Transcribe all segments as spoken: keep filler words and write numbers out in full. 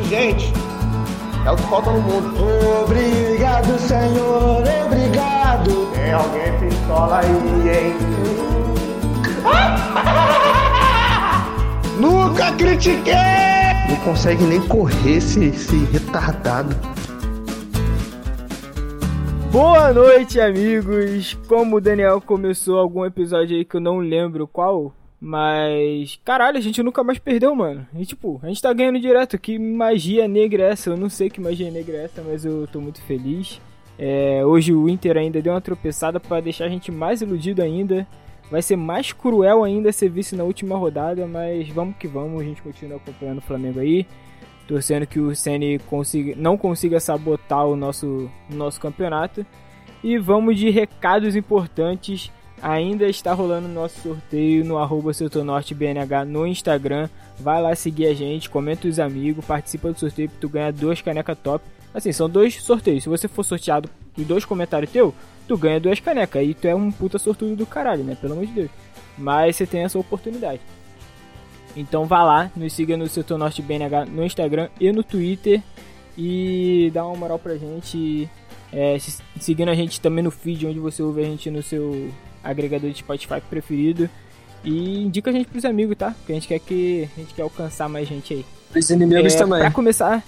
Gente, é o que falta no mundo. Obrigado, Senhor, obrigado. Tem alguém pistola aí, hein? Nunca critiquei! Não consegue nem correr esse, esse retardado. Boa noite, amigos. Como o Daniel começou algum episódio aí que eu não lembro qual, mas caralho, a gente nunca mais perdeu, mano. E tipo, a gente tá ganhando direto. Que magia negra é essa? Eu não sei que magia negra é essa, mas eu tô muito feliz. É, hoje o Inter ainda deu uma tropeçada pra deixar a gente mais iludido ainda. Vai ser mais cruel ainda ser vice na última rodada, mas vamos que vamos, a gente continua acompanhando o Flamengo aí, torcendo que o Ceni consiga, não consiga sabotar o nosso, o nosso campeonato. E vamos de recados importantes. Ainda está rolando o nosso sorteio no arroba SetorNorteBNH no Instagram. Vai lá seguir a gente, comenta os amigos, participa do sorteio para tu ganhar duas canecas top. Assim, são dois sorteios. Se você for sorteado em dois comentários teus, tu ganha duas canecas. Aí tu é um puta sortudo do caralho, né? Pelo amor de Deus. Mas você tem essa oportunidade. Então vá lá, nos siga no SetorNorteBNH no Instagram e no Twitter. E dá uma moral pra gente. É, seguindo a gente também no feed, onde você ouve a gente no seu agregador de Spotify preferido. E indica a gente pros amigos, tá? Porque a gente quer que a gente quer alcançar mais gente aí. Os inimigos é, também. Pra começar...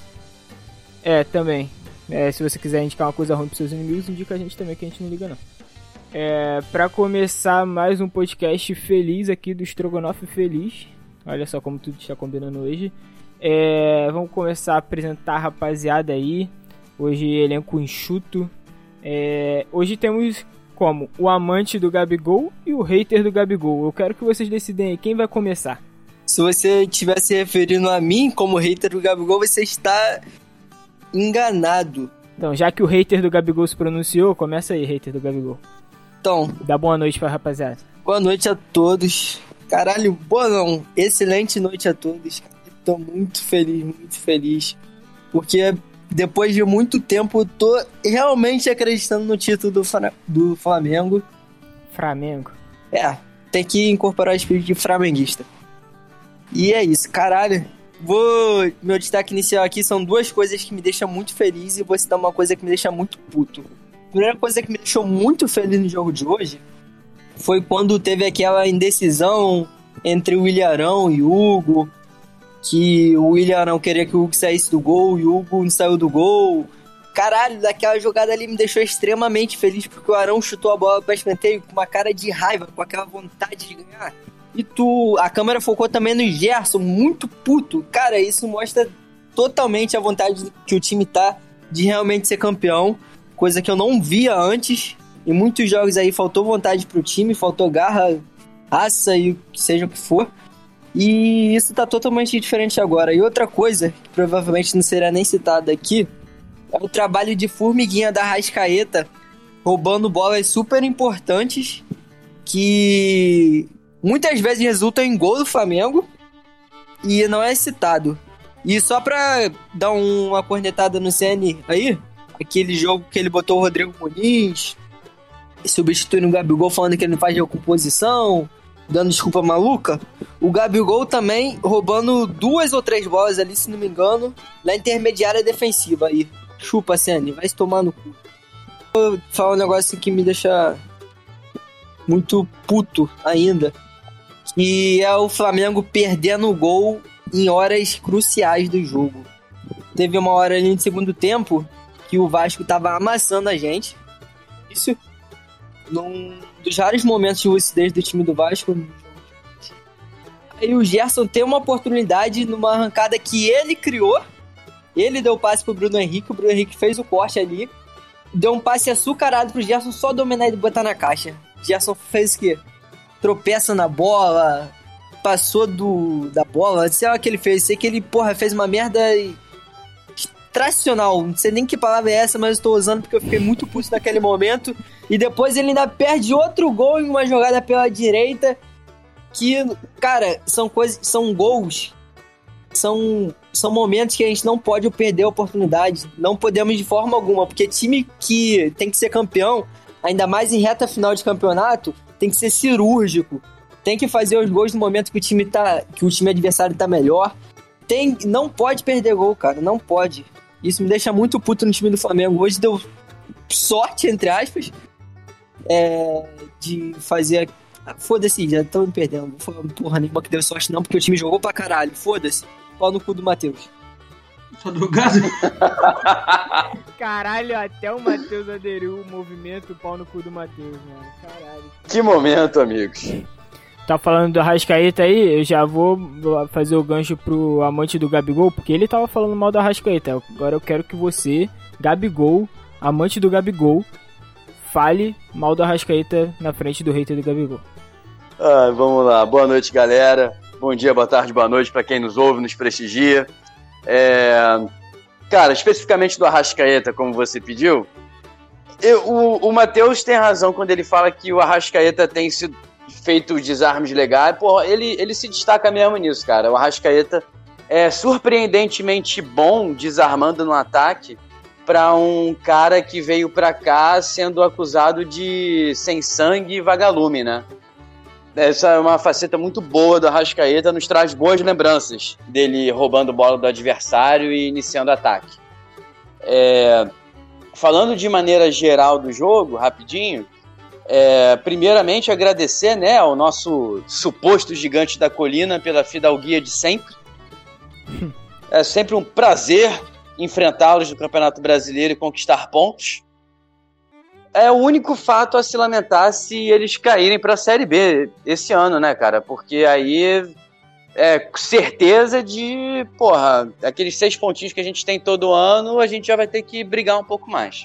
É, também. É, se você quiser indicar uma coisa ruim pros seus inimigos, indica a gente também, que a gente não liga não. É, pra começar mais um podcast feliz aqui do Strogonoff Feliz. Olha só como tudo está combinando hoje. É, vamos começar a apresentar a rapaziada aí. Hoje elenco enxuto. É, hoje temos como o amante do Gabigol e o hater do Gabigol. Eu quero que vocês decidem aí quem vai começar. Se você estiver se referindo a mim como hater do Gabigol, você está enganado. Então, já que o hater do Gabigol se pronunciou, começa aí, hater do Gabigol. Então, dá boa noite pra rapaziada. Boa noite a todos. Caralho, boa não. Excelente noite a todos. Tô muito feliz, muito feliz. Porque depois de muito tempo, tô realmente acreditando no título do, Fra- do Flamengo. Flamengo. É, tem que incorporar o espírito de flamenguista. E é isso, caralho. Vou... Meu destaque inicial aqui são duas coisas que me deixam muito feliz e vou citar uma coisa que me deixa muito puto. A primeira coisa que me deixou muito feliz no jogo de hoje foi quando teve aquela indecisão entre o Willian Arão e o Hugo, que o Willian Arão queria que o Hugo saísse do gol e o Hugo não saiu do gol. Caralho, daquela jogada ali me deixou extremamente feliz porque o Arão chutou a bola para escanteio com uma cara de raiva, com aquela vontade de ganhar. E tu, a câmera focou também no Gerson, muito puto. Cara, isso mostra totalmente a vontade que o time tá de realmente ser campeão. Coisa que eu não via antes. Em muitos jogos aí faltou vontade pro time, faltou garra, raça e o que seja o que for. E isso tá totalmente diferente agora. E outra coisa, que provavelmente não será nem citada aqui, é o trabalho de formiguinha da Arrascaeta, roubando bolas super importantes que muitas vezes resultam em gol do Flamengo e não é citado. E só pra dar uma cornetada no Ceni aí, aquele jogo que ele botou o Rodrigo Muniz, substituindo o Gabigol, falando que ele não faz recomposição, dando desculpa maluca, o Gabigol também roubando duas ou três bolas ali, se não me engano, na intermediária defensiva aí. Chupa, Ceni, vai se tomar no cu. Vou falar um negócio que me deixa muito puto ainda, que é o Flamengo perdendo o gol em horas cruciais do jogo. Teve uma hora ali no segundo tempo que o Vasco tava amassando a gente. Isso num dos raros momentos de lucidez do time do Vasco. Aí o Gerson tem uma oportunidade numa arrancada que ele criou. Ele deu o passe pro Bruno Henrique, o Bruno Henrique fez o corte ali, deu um passe açucarado pro Gerson só dominar e botar na caixa. Gerson fez o quê? Tropeça na bola, passou do, da bola, não sei lá o que ele fez, sei que ele, porra, fez uma merda tradicional, não sei nem que palavra é essa, mas eu tô usando porque eu fiquei muito puto naquele momento, e depois ele ainda perde outro gol em uma jogada pela direita, que, cara, são coisas, são gols, são, são momentos que a gente não pode perder a oportunidade, não podemos de forma alguma, porque time que tem que ser campeão, ainda mais em reta final de campeonato, tem que ser cirúrgico, tem que fazer os gols no momento que o time, tá, que o time adversário tá melhor. tem, não pode perder gol, cara, não pode. Isso me deixa muito puto no time do Flamengo. Hoje deu sorte, entre aspas, é, de fazer... Foda-se, já tô me perdendo. Não vou falar porra nenhuma que deu sorte não, porque o time jogou pra caralho. Foda-se. Pau no cu do Matheus. Só do gado? Caralho, até o Matheus aderiu o movimento pau no cu do Matheus, mano. Caralho. Que momento, amigos. Tá falando do Arrascaeta aí, eu já vou fazer o gancho pro amante do Gabigol, porque ele tava falando mal do Arrascaeta. Agora eu quero que você, Gabigol, amante do Gabigol, fale mal do Arrascaeta na frente do hater do Gabigol. Ah, vamos lá. Boa noite, galera. Bom dia, boa tarde, boa noite pra quem nos ouve, nos prestigia. É... Cara, especificamente do Arrascaeta, como você pediu, eu, o, o Matheus tem razão quando ele fala que o Arrascaeta tem sido feito desarmes legais. Porra, ele, ele se destaca mesmo nisso, cara. O Arrascaeta é surpreendentemente bom desarmando no ataque para um cara que veio pra cá sendo acusado de sem sangue e vagalume, né? Essa é uma faceta muito boa do Arrascaeta, nos traz boas lembranças dele roubando bola do adversário e iniciando ataque. É, falando de maneira geral do jogo, rapidinho, é, primeiramente agradecer, né, ao nosso suposto gigante da colina pela fidalguia de sempre. É sempre um prazer enfrentá-los no Campeonato Brasileiro e conquistar pontos. É o único fato a se lamentar se eles caírem para a Série B esse ano, né, cara? Porque aí é certeza de, porra, aqueles seis pontinhos que a gente tem todo ano, a gente já vai ter que brigar um pouco mais.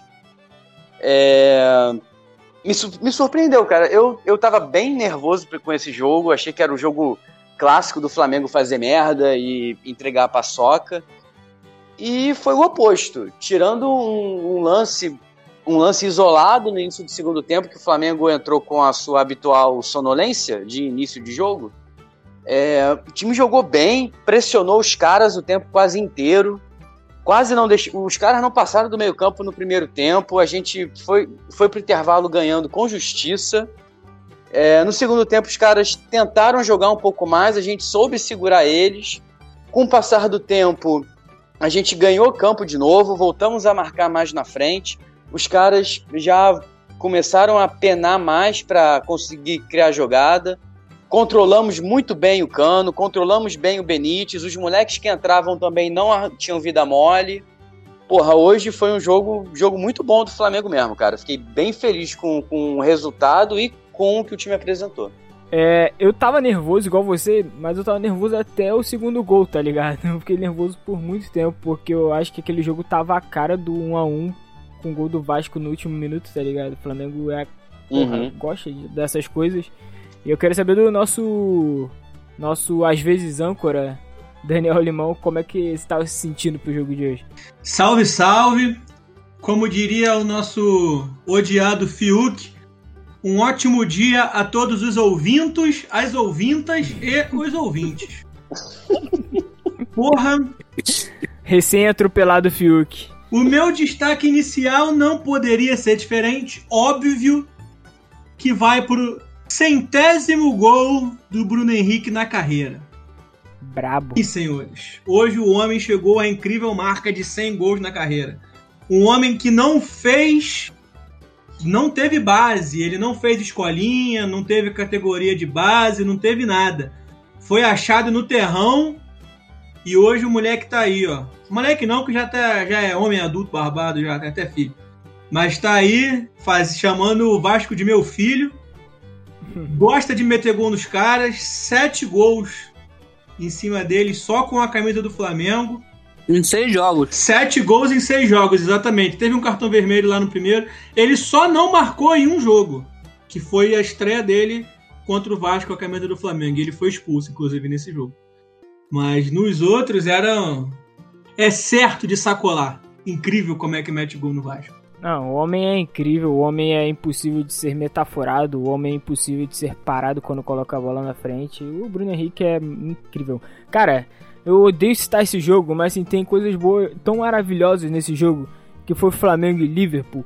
É... Me, me surpreendeu, cara. Eu, eu tava bem nervoso com esse jogo, achei que era o jogo clássico do Flamengo fazer merda e entregar a paçoca. E foi o oposto. Tirando um, um lance... um lance isolado no início do segundo tempo, que o Flamengo entrou com a sua habitual sonolência de início de jogo. É, o time jogou bem, pressionou os caras o tempo quase inteiro, quase não deixou, os caras não passaram do meio campo no primeiro tempo, a gente foi, foi pro intervalo ganhando com justiça. É, no segundo tempo os caras tentaram jogar um pouco mais, a gente soube segurar eles. Com o passar do tempo, a gente ganhou campo de novo, voltamos a marcar mais na frente. Os caras já começaram a penar mais para conseguir criar jogada. Controlamos muito bem o Cano, controlamos bem o Benítez. Os moleques que entravam também não tinham vida mole. Porra, hoje foi um jogo, jogo muito bom do Flamengo mesmo, cara. Fiquei bem feliz com, com o resultado e com o que o time apresentou. É, eu tava nervoso igual você, mas eu tava nervoso até o segundo gol, tá ligado? Eu fiquei nervoso por muito tempo, porque eu acho que aquele jogo tava a cara do um a um. Com o gol do Vasco no último minuto, tá ligado? O Flamengo é, porra, uhum. gosta dessas coisas. E eu quero saber do nosso, nosso às vezes âncora, Daniel Limão, como é que você tá se sentindo pro jogo de hoje? Salve, salve! Como diria o nosso odiado Fiuk, um ótimo dia a todos os ouvintos, as ouvintas e os ouvintes. Porra! Recém-atropelado Fiuk. O meu destaque inicial não poderia ser diferente. Óbvio que vai pro centésimo gol do Bruno Henrique na carreira. Brabo. E, senhores, hoje o homem chegou à incrível marca de cem gols na carreira. Um homem que não fez... Não teve base, ele não fez escolinha, não teve categoria de base, não teve nada. Foi achado no terrão e hoje o moleque tá aí, ó. Moleque não, que já, tá, já é homem adulto, barbado, já tem até filho. Mas tá aí, faz, chamando o Vasco de meu filho. Gosta de meter gol nos caras. Sete gols em cima dele, só com a camisa do Flamengo. Em seis jogos. Sete gols em seis jogos, exatamente. Teve um cartão vermelho lá no primeiro. Ele só não marcou em um jogo, que foi a estreia dele contra o Vasco com a camisa do Flamengo. E ele foi expulso, inclusive, nesse jogo. Mas nos outros eram... É certo de sacolar. Incrível como é que mete gol no Vasco. Não, o homem é incrível, o homem é impossível de ser metaforado, o homem é impossível de ser parado quando coloca a bola na frente. O Bruno Henrique é incrível. Cara, eu odeio citar esse jogo, mas assim, tem coisas boas, tão maravilhosas nesse jogo, que foi Flamengo e Liverpool.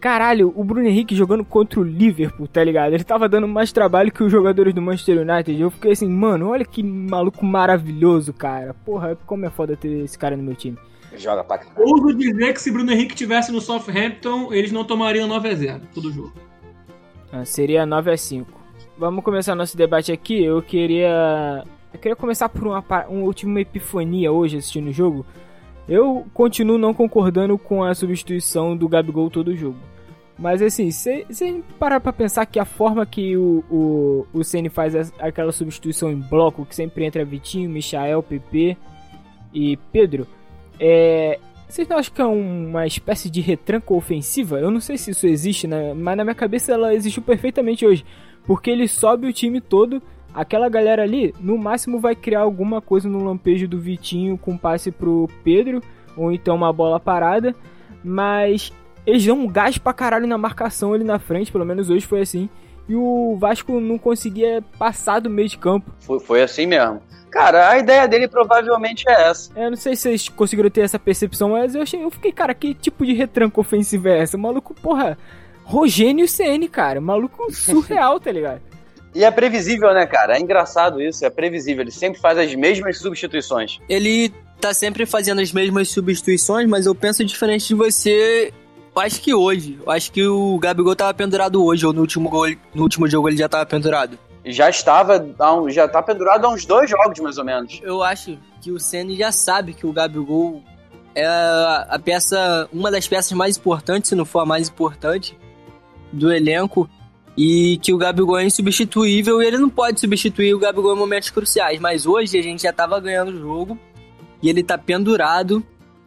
caralho, o Bruno Henrique jogando contra o Liverpool, tá ligado? Ele tava dando mais trabalho que os jogadores do Manchester United. Eu fiquei assim, mano, olha que maluco maravilhoso, cara. Porra, como é foda ter esse cara no meu time. Joga pra cá. Ouso dizer que se Bruno Henrique tivesse no Southampton, eles não tomariam nove a zero todo jogo. Ah, seria nove a cinco. Vamos começar nosso debate aqui. Eu queria... Eu queria começar por uma, uma última epifania hoje assistindo o jogo. Eu continuo não concordando com a substituição do Gabigol todo jogo. Mas assim, se você parar pra pensar que a forma que o, o, o Ceni faz aquela substituição em bloco, que sempre entra Vitinho, Michael, P P e Pedro, é... vocês não acham que é uma espécie de retranca ofensiva? Eu não sei se isso existe, né? Mas na minha cabeça ela existiu perfeitamente hoje. Porque ele sobe o time todo, aquela galera ali, no máximo vai criar alguma coisa no lampejo do Vitinho com passe pro Pedro, ou então uma bola parada, mas eles dão um gás pra caralho na marcação ali na frente, pelo menos hoje foi assim, e o Vasco não conseguia passar do meio de campo. Foi, foi assim mesmo. Cara, a ideia dele provavelmente é essa. Eu não sei se vocês conseguiram ter essa percepção, mas eu, achei, eu fiquei, cara, que tipo de retranca ofensiva é essa? O maluco, porra, Rogênio Ceni, cara, maluco surreal, tá ligado? E é previsível, né, cara? É engraçado isso, é previsível. Ele sempre faz as mesmas substituições. Ele tá sempre fazendo as mesmas substituições, mas eu penso diferente de você. Eu acho que hoje. Eu acho que o Gabigol tava pendurado hoje, ou no último, gol, no último jogo ele já tava pendurado. Já estava, já tá pendurado há uns dois jogos, mais ou menos. Eu acho que o Ceni já sabe que o Gabigol é a peça, uma das peças mais importantes, se não for a mais importante, do elenco. E que o Gabigol é insubstituível e ele não pode substituir o Gabigol em momentos cruciais. Mas hoje a gente já tava ganhando o jogo e ele tá pendurado.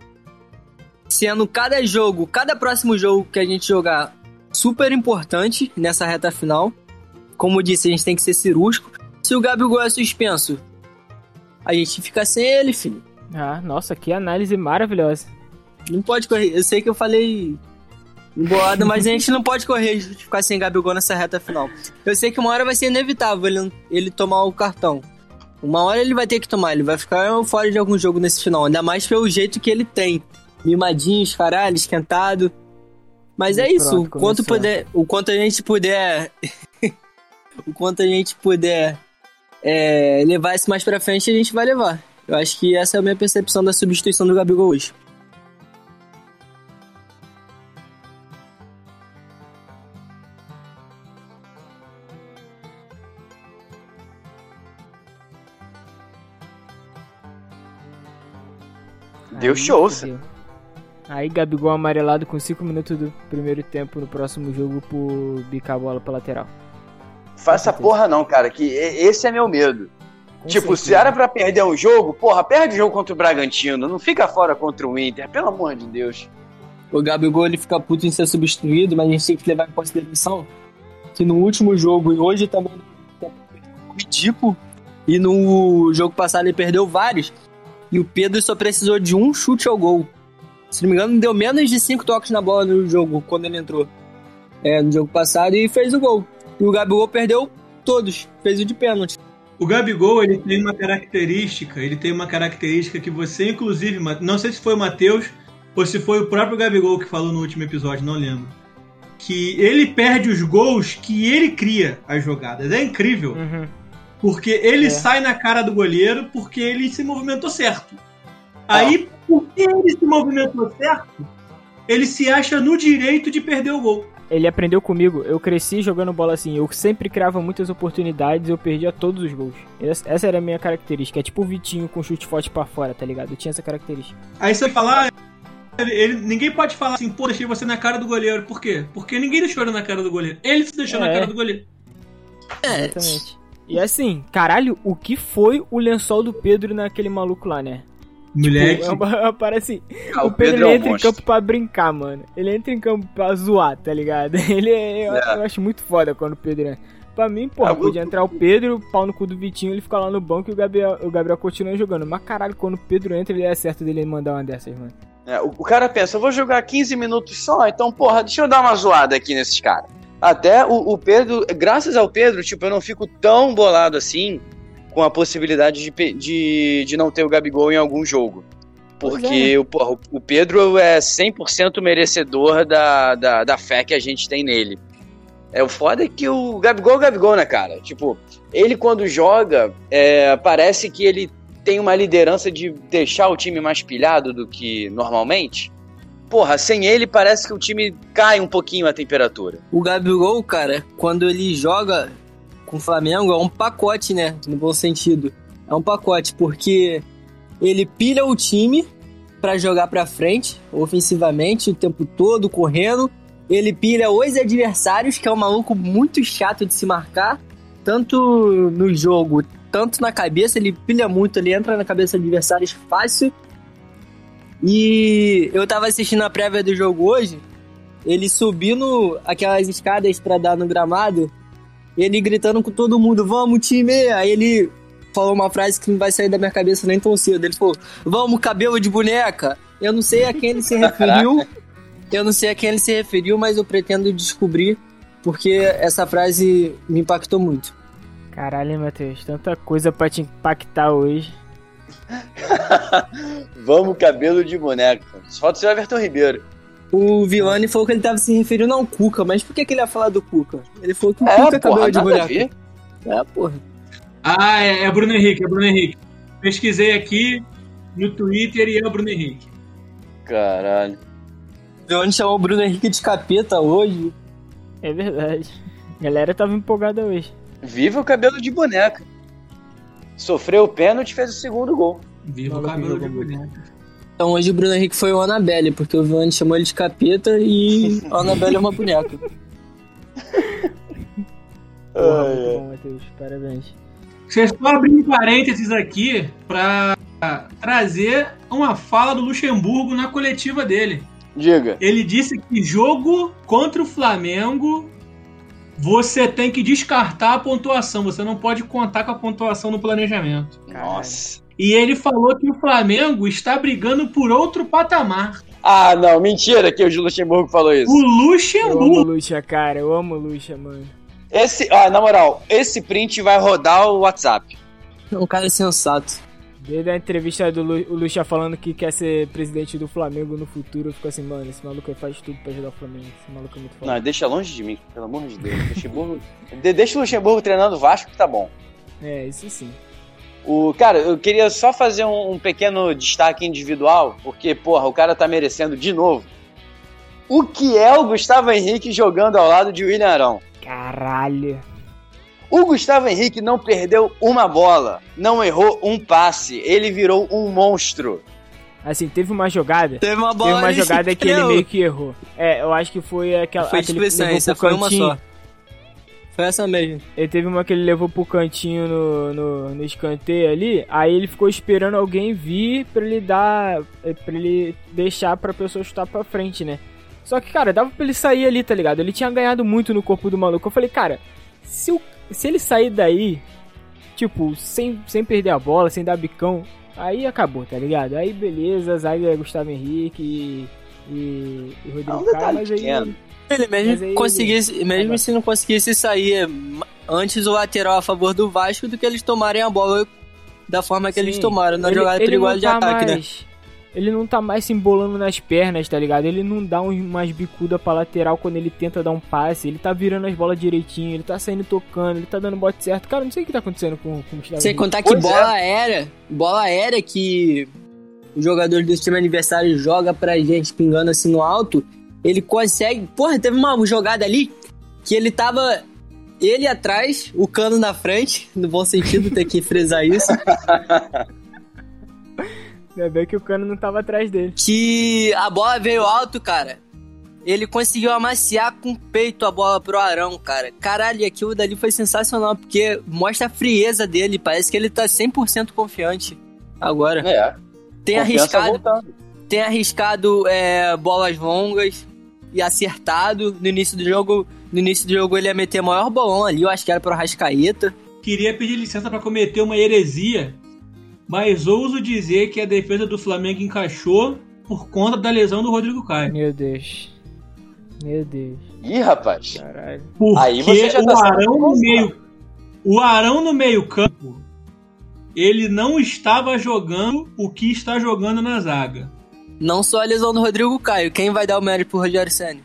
Sendo cada jogo, cada próximo jogo que a gente jogar super importante nessa reta final. Como disse, a gente tem que ser cirúrgico. Se o Gabigol é suspenso, a gente fica sem ele, filho. Ah, nossa, que análise maravilhosa. Não pode correr. Eu sei que eu falei... embolado, mas a gente não pode correr de ficar sem Gabigol nessa reta final. Eu sei que uma hora vai ser inevitável ele, ele tomar o cartão. Uma hora ele vai ter que tomar, ele vai ficar fora de algum jogo nesse final, ainda mais pelo jeito que ele tem. Mimadinho, caralho, esquentado. Mas e é isso, pronto, o quanto, puder, o quanto a gente puder... o quanto a gente puder é, levar isso mais pra frente, a gente vai levar. Eu acho que essa é a minha percepção da substituição do Gabigol hoje. Deu show, sim. Aí Gabigol amarelado com cinco minutos do primeiro tempo no próximo jogo por bicar a bola pra lateral. Faça porra não, cara, que esse é meu medo. Com tipo, certeza. Se era pra perder um jogo, porra, perde o jogo contra o Bragantino, não fica fora contra o Inter, pelo amor de Deus. O Gabigol ele fica puto em ser substituído, mas a gente tem que levar em consideração que no último jogo e hoje também ridículo, e no jogo passado ele perdeu vários. E o Pedro só precisou de um chute ao gol. Se não me engano, deu menos de cinco toques na bola no jogo, quando ele entrou. É, no jogo passado, e fez o gol. E o Gabigol perdeu todos, fez o de pênalti. O Gabigol, ele tem uma característica, ele tem uma característica que você, inclusive, não sei se foi o Matheus ou se foi o próprio Gabigol que falou no último episódio, não lembro. Que ele perde os gols que ele cria as jogadas. É incrível. Uhum. Porque ele É. sai na cara do goleiro porque ele se movimentou certo. Aí, porque ele se movimentou certo, ele se acha no direito de perder o gol. Ele aprendeu comigo, eu cresci jogando bola assim, eu sempre criava muitas oportunidades e eu perdia todos os gols. Essa, essa era a minha característica, é tipo o Vitinho com chute forte pra fora, tá ligado? Eu tinha essa característica. Aí você fala, ah, ele, ele- ninguém pode falar assim, pô, deixei você na cara do goleiro. Por quê? Porque ninguém deixou ele na cara do goleiro. Ele se deixou É. na cara do goleiro. É, Exatamente. E assim, caralho, o que foi o lençol do Pedro naquele maluco lá, né? Moleque. Tipo, é uma- parece Ah, o Pedro é um ele entra em monstro. campo pra brincar, mano. Ele entra em campo pra zoar, tá ligado? Ele é, eu, É. eu acho muito foda quando o Pedro entra. Pra mim, porra, Ah, podia o- entrar o Pedro, pau no cu do Vitinho, ele fica lá no banco e o Gabriel, o Gabriel continua jogando. Mas caralho, quando o Pedro entra, ele é certo dele mandar uma dessas, mano. É, o, o cara pensa, eu vou jogar quinze minutos só, então, porra, deixa eu dar uma zoada aqui nesses caras. Até o, o Pedro, graças ao Pedro, tipo, eu não fico tão bolado assim com a possibilidade de, pe- de, de não ter o Gabigol em algum jogo. Porque é. porra, o Pedro é cem por cento merecedor da, da, da fé que a gente tem nele. É, o foda é que o Gabigol é o Gabigol, né, cara? Tipo, ele quando joga, é, parece que ele tem uma liderança de deixar o time mais pilhado do que normalmente. Porra, sem ele parece que o time cai um pouquinho a temperatura. O Gabigol, cara, quando ele joga com o Flamengo, é um pacote, né? No bom sentido. É um pacote, porque ele pilha o time pra jogar pra frente, ofensivamente, o tempo todo, correndo. Ele pilha os adversários, que é um maluco muito chato de se marcar, tanto no jogo, tanto na cabeça. Ele pilha muito, ele entra na cabeça dos adversários fácil. E eu tava assistindo a prévia do jogo hoje, ele subindo aquelas escadas pra dar no gramado, ele gritando com todo mundo, vamos time! Aí ele falou uma frase que não vai sair da minha cabeça nem tão cedo. Ele falou, vamos cabelo de boneca! Eu não sei a quem ele se referiu, eu não sei a quem ele se referiu, mas eu pretendo descobrir, porque essa frase me impactou muito. Caralho, hein, Matheus, tanta coisa pra te impactar hoje. Vamos cabelo de boneca. Só falta ser o Everton Ribeiro. O Vilani falou que ele tava se referindo ao Cuca, mas por que, que ele ia falar do Cuca? Ele falou que o é, Cuca é porra, cabelo de boneca. É, porra. Ah, é, é Bruno Henrique, é Bruno Henrique. Pesquisei aqui no Twitter e é o Bruno Henrique. Caralho. O Vilani chamou o Bruno Henrique de capeta hoje. É verdade. A galera tava empolgada hoje. Viva o cabelo de boneca. Sofreu o pênalti e fez o segundo gol. Viva o cabelo de boneca. Então hoje o Bruno Henrique foi o Annabelle, porque o Vilani chamou ele de capeta e a Annabelle é uma boneca. Porra, muito bom, Matheus. Parabéns. Vocês só abrindo parênteses aqui pra trazer uma fala do Luxemburgo na coletiva dele. Diga. Ele disse que jogo contra o Flamengo você tem que descartar a pontuação. Você não pode contar com a pontuação no planejamento. Nossa. E ele falou que o Flamengo está brigando por outro patamar. Ah, não. Mentira que o Luxemburgo falou isso. O Luxemburgo. Eu amo o Luxa, cara. Eu amo o Luxa, mano. Esse, ah, na moral, esse print vai rodar o WhatsApp. É um cara sensato. Desde a entrevista do Lu, o Luxa falando que quer ser presidente do Flamengo no futuro, eu fico assim, mano, esse maluco faz tudo pra ajudar o Flamengo. Esse maluco é muito foda. Não, deixa longe de mim, pelo amor de Deus. Luxemburgo, de, deixa o Luxemburgo treinando o Vasco que tá bom. É, isso sim. O, cara, eu queria só fazer um, um pequeno destaque individual, porque, porra, o cara tá merecendo de novo. O que é o Gustavo Henrique jogando ao lado de William Arão? Caralho. O Gustavo Henrique não perdeu uma bola, não errou um passe, ele virou um monstro. Assim, teve uma jogada. Teve uma bola Teve uma jogada que ele meio que errou. É, eu acho que foi aquela. Foi aquele que levou essa pro foi cantinho. uma só. Foi essa mesmo. Ele teve uma que ele levou pro cantinho no, no, no escanteio ali. Aí ele ficou esperando alguém vir pra ele dar. Pra ele deixar pra pessoa chutar pra frente, né? Só que, cara, dava pra ele sair ali, tá ligado? Ele tinha ganhado muito no corpo do maluco. Eu falei, cara, se, o, se ele sair daí, tipo, sem, sem perder a bola, sem dar bicão, aí acabou, tá ligado? Aí beleza, zaga Gustavo Henrique e, e, e Rodrigo Caio, Caio, mas aí... pequeno. Ele mesmo Mas aí conseguisse, ele- mesmo Ah, se não conseguisse sair antes o lateral a favor do Vasco do que eles tomarem a bola da forma que Sim, eles tomaram, na ele- jogada ele perigosa não de tá ataque, né? mais- Ele não tá mais se embolando nas pernas, tá ligado? Ele não dá uns- umas bicudas pra lateral quando ele tenta dar um passe. Ele tá virando as bolas direitinho, ele tá saindo tocando, ele tá dando bote certo. Cara, não sei o que tá acontecendo com, com o Gustavo Sem Henrique. contar que Pois bola aérea, bola aérea que o jogador do time adversário joga pra gente pingando assim no alto, ele consegue... Porra, teve uma jogada ali que ele tava... Ele atrás, o Cano na frente, no bom sentido, tem que frisar isso. Ainda bem que o Cano não tava atrás dele. Que a bola veio alto, cara. Ele conseguiu amaciar com o peito a bola pro Arão, cara. Caralho, aquilo dali foi sensacional, porque mostra a frieza dele. Parece que ele tá cem por cento confiante agora. É. Tem Confiança arriscado, voltando. tem arriscado é, bolas longas e acertado. No início do jogo, no início do jogo ele ia meter o maior bolão ali, eu acho que era pro Arrascaeta. Queria pedir licença pra cometer uma heresia, mas ouso dizer que a defesa do Flamengo encaixou por conta da lesão do Rodrigo Caio. Meu Deus. Meu Deus. Ih, rapaz. Caralho. Porque Aí você já o tá sendo Arão no responsável. meio, o Arão no meio campo ele não estava jogando o que está jogando na zaga. Não só a lesão do Rodrigo Caio. Quem vai dar o mérito pro Rogério Ceni?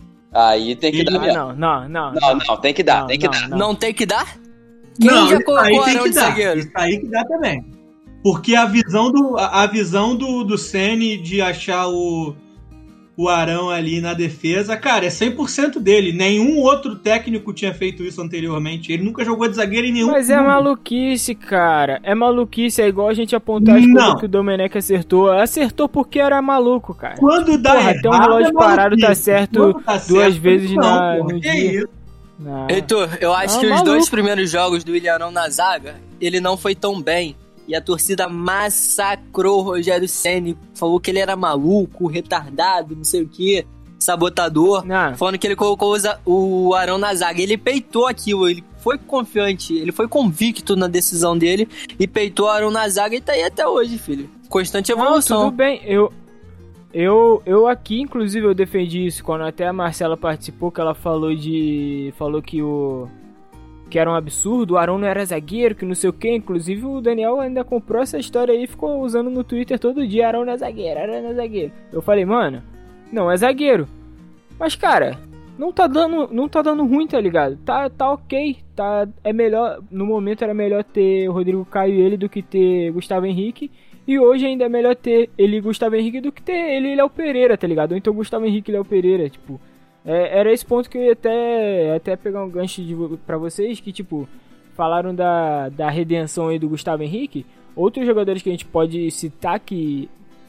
Aí tem que Ele- dar Ah, mesmo. não, não, não. Não, não, tem que dar, Não, tem que não, dar. não. Não tem que dar? Quem Não, já isso colocou aí o tem Arão que de dar. zagueiro? Isso aí que dá também. Porque a visão do, a a visão do, do Ceni de achar o, o Arão ali na defesa, cara, é cem por cento dele. Nenhum outro técnico tinha feito isso anteriormente. Ele nunca jogou de zagueiro em nenhum Mas é clube. maluquice, cara. É maluquice, é igual a gente apontar as Não. coisas que o Domenech acertou. Acertou porque era maluco, cara. Quando dá Porra, errado, ter um relógio é parado tá maluquice. certo Quando tá duas certo, vezes não, na- porra, no que dia. isso? Não. Heitor, eu acho Ah, que os maluco. dois primeiros jogos do William Arão na zaga, ele não foi tão bem. E a torcida massacrou o Rogério Ceni. Falou que ele era maluco, retardado, não sei o que, sabotador. Não. Falando que ele colocou o za- o Arão na zaga. Ele peitou aquilo, ele foi confiante, ele foi convicto na decisão dele e peitou o Arão na zaga e tá aí até hoje, filho. Constante Não, evolução. tudo bem. Eu, eu, eu aqui, inclusive, eu defendi isso quando até a Marcela participou, que ela falou de. Falou que o. Que era um absurdo, o Arão não era zagueiro, que não sei o que. Inclusive o Daniel ainda comprou essa história aí e ficou usando no Twitter todo dia: Arão não é zagueiro, Arão não é zagueiro. Eu falei, mano, não é zagueiro. Mas, cara, não tá dando, não tá dando ruim, tá ligado? Tá, tá ok, tá, é melhor, no momento era melhor ter o Rodrigo Caio e ele do que ter Gustavo Henrique. E hoje ainda é melhor ter ele e Gustavo Henrique do que ter ele e Léo Pereira, tá ligado? Ou então Gustavo Henrique e Léo Pereira, tipo... É, era esse ponto que eu ia até, até pegar um gancho de, pra vocês, que tipo, falaram da, da redenção aí do Gustavo Henrique. Outros jogadores que a gente pode citar que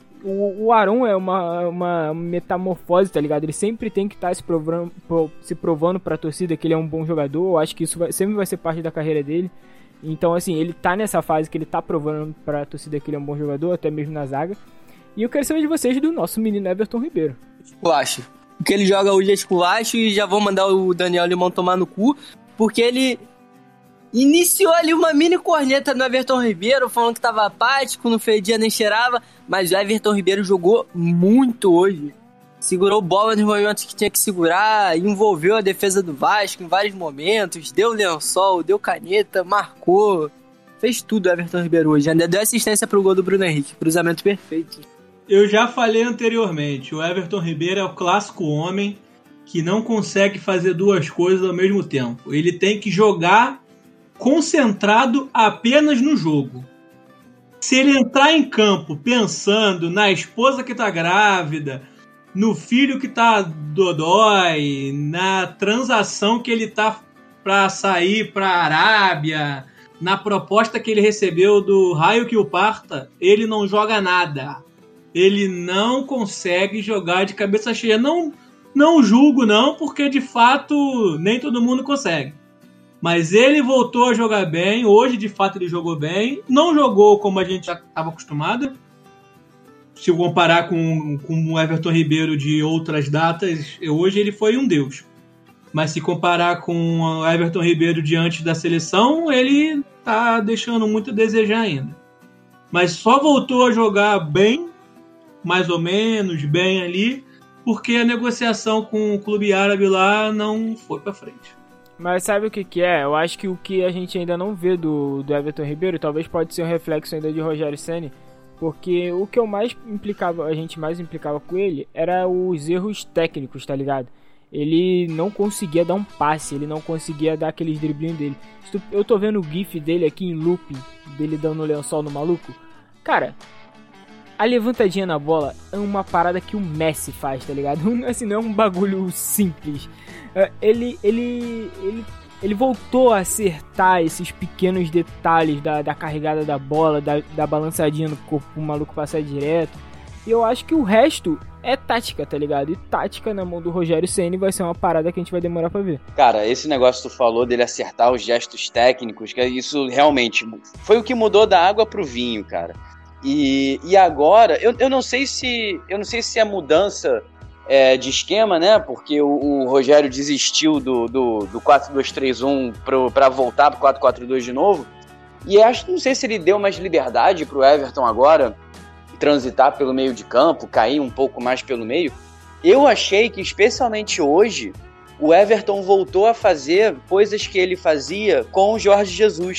o, o Arão é uma, uma metamorfose, tá ligado? Ele sempre tem que estar tá se provando, se provando pra torcida que ele é um bom jogador. Eu acho que isso vai, sempre vai ser parte da carreira dele. Então assim, ele tá nessa fase que ele tá provando pra torcida que ele é um bom jogador, até mesmo na zaga. E eu quero saber de vocês do nosso menino Everton Ribeiro. Eu acho. Porque ele joga hoje é esculacho e já vou mandar o Daniel Limão tomar no cu, porque ele iniciou ali uma mini corneta no Everton Ribeiro, falando que tava apático, não fedia nem cheirava, mas o Everton Ribeiro jogou muito hoje. Segurou bola nos momentos que tinha que segurar, envolveu a defesa do Vasco em vários momentos, deu lençol, deu caneta, marcou, fez tudo o Everton Ribeiro hoje. Ainda deu assistência pro gol do Bruno Henrique, cruzamento perfeito. Eu já falei anteriormente, o Everton Ribeiro é o clássico homem que não consegue fazer duas coisas ao mesmo tempo. Ele tem que jogar concentrado apenas no jogo. Se ele entrar em campo pensando na esposa que tá grávida, no filho que tá dodói, na transação que ele tá pra sair pra Arábia, na proposta que ele recebeu do raio que o parta, ele não joga nada. Ele não consegue jogar de cabeça cheia. Não, não julgo, não, porque de fato nem todo mundo consegue. Mas ele voltou a jogar bem. Hoje, de fato, ele jogou bem. Não jogou como a gente já estava acostumado. Se eu comparar com, com o Everton Ribeiro de outras datas, hoje ele foi um deus. Mas se comparar com o Everton Ribeiro de antes da seleção, ele tá deixando muito a desejar ainda. Mas só voltou a jogar bem, mais ou menos, bem ali, porque a negociação com o clube árabe lá não foi pra frente. Mas sabe o que que é? Eu acho que o que a gente ainda não vê do, do Everton Ribeiro, talvez pode ser um reflexo ainda de Rogério Ceni, porque o que eu mais implicava, a gente mais implicava com ele, era os erros técnicos, tá ligado? Ele não conseguia dar um passe, ele não conseguia dar aqueles driblinhos dele. Eu tô vendo o gif dele aqui em looping, dele dando lençol no maluco. Cara, a levantadinha na bola é uma parada que o Messi faz, tá ligado? Assim, não é um bagulho simples. Ele, ele, ele, ele voltou a acertar esses pequenos detalhes da, da carregada da bola, da, da balançadinha no corpo, o maluco passar direto. E eu acho que o resto é tática, tá ligado? E tática na mão do Rogério Ceni vai ser uma parada que a gente vai demorar pra ver. Cara, esse negócio que tu falou dele acertar os gestos técnicos, que isso realmente foi o que mudou da água pro vinho, cara. E, e agora, eu, eu não sei se eu não sei se a mudança é, de esquema, né? Porque o, o Rogério desistiu do, do, do quatro dois três um para voltar pro quatro quatro dois de novo. E acho, não sei se ele deu mais liberdade pro Everton agora transitar pelo meio de campo, cair um pouco mais pelo meio. Eu achei que, especialmente hoje, o Everton voltou a fazer coisas que ele fazia com o Jorge Jesus.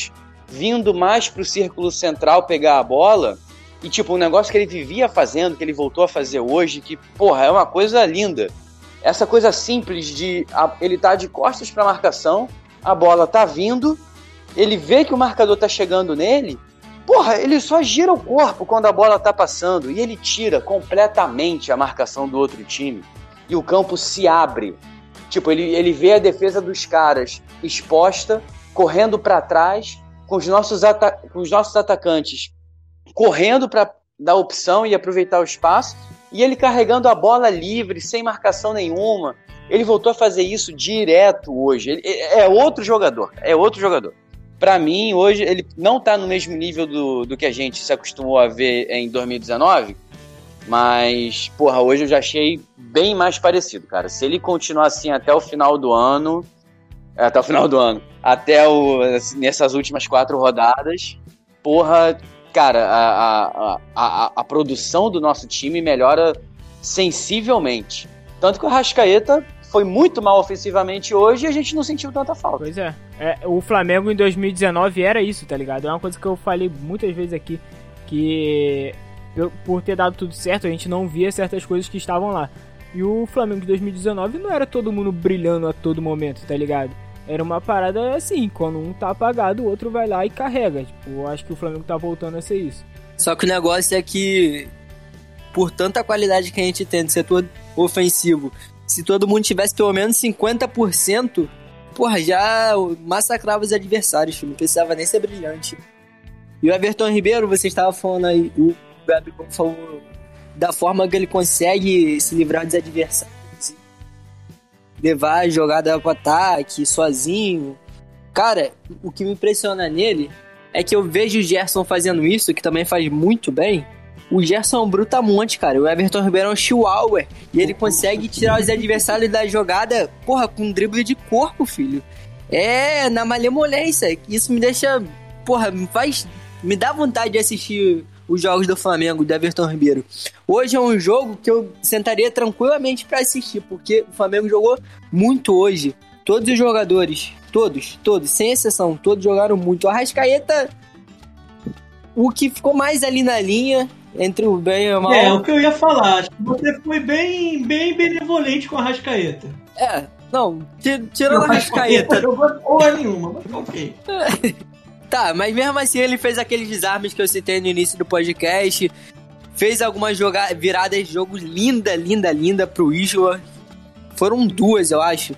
vindo mais pro círculo central pegar a bola, e tipo, um negócio que ele vivia fazendo, que ele voltou a fazer hoje, que, porra, é uma coisa linda. Essa coisa simples de a, ele tá de costas pra marcação, a bola tá vindo, ele vê que o marcador tá chegando nele, porra, ele só gira o corpo quando a bola tá passando, e ele tira completamente a marcação do outro time, e o campo se abre. Tipo, ele, ele vê a defesa dos caras exposta, correndo pra trás, com os nossos, ata- com os nossos atacantes correndo para dar opção e aproveitar o espaço, e ele carregando a bola livre, sem marcação nenhuma. Ele voltou a fazer isso direto hoje. Ele, é outro jogador, é outro jogador. Para mim, hoje, ele não tá no mesmo nível do, do que a gente se acostumou a ver em dois mil e dezenove, mas, porra, hoje eu já achei bem mais parecido, cara. Se ele continuar assim até o final do ano, até o final do ano, até o, nessas últimas quatro rodadas, porra... Cara, a, a, a, a produção do nosso time melhora sensivelmente. Tanto que o Arrascaeta foi muito mal ofensivamente hoje e a gente não sentiu tanta falta. Pois é. é. O Flamengo em dois mil e dezenove era isso, tá ligado? É uma coisa que eu falei muitas vezes aqui, que por ter dado tudo certo, a gente não via certas coisas que estavam lá. E o Flamengo de dois mil e dezenove não era todo mundo brilhando a todo momento, tá ligado? Era uma parada assim, quando um tá apagado, o outro vai lá e carrega. Tipo, eu acho que o Flamengo tá voltando a ser isso. Só que o negócio é que, por tanta qualidade que a gente tem de setor ofensivo, se todo mundo tivesse pelo menos cinquenta por cento, porra, já massacrava os adversários, filho. Não precisava nem ser brilhante. E o Everton Ribeiro, você estava falando aí, o Gabigol falou da forma que ele consegue se livrar dos adversários, levar a jogada pro ataque, sozinho. Cara, o que me impressiona nele é que eu vejo o Gerson fazendo isso, que também faz muito bem. O Gerson é um brutamonte, cara. O Everton Ribeiro é um chihuahua. E ele consegue tirar os adversários da jogada, porra, com um drible de corpo, filho. É, na malemolência. Isso me deixa, porra, me faz... Me dá vontade de assistir os jogos do Flamengo, do Everton Ribeiro. Hoje é um jogo que eu sentaria tranquilamente pra assistir, porque o Flamengo jogou muito hoje. Todos os jogadores, todos, todos, sem exceção, todos jogaram muito. O Arrascaeta, o que ficou mais ali na linha, entre o bem e o mal... É, o que eu ia falar. Acho que você foi bem, bem benevolente com o Arrascaeta. É, não, tirando o Arrascaeta... Não jogou porra nenhuma, mas ok. Tá, mas mesmo assim ele fez aqueles desarmes que eu citei no início do podcast, fez algumas joga- viradas de jogo linda, linda, linda pro Isla. Foram duas, eu acho.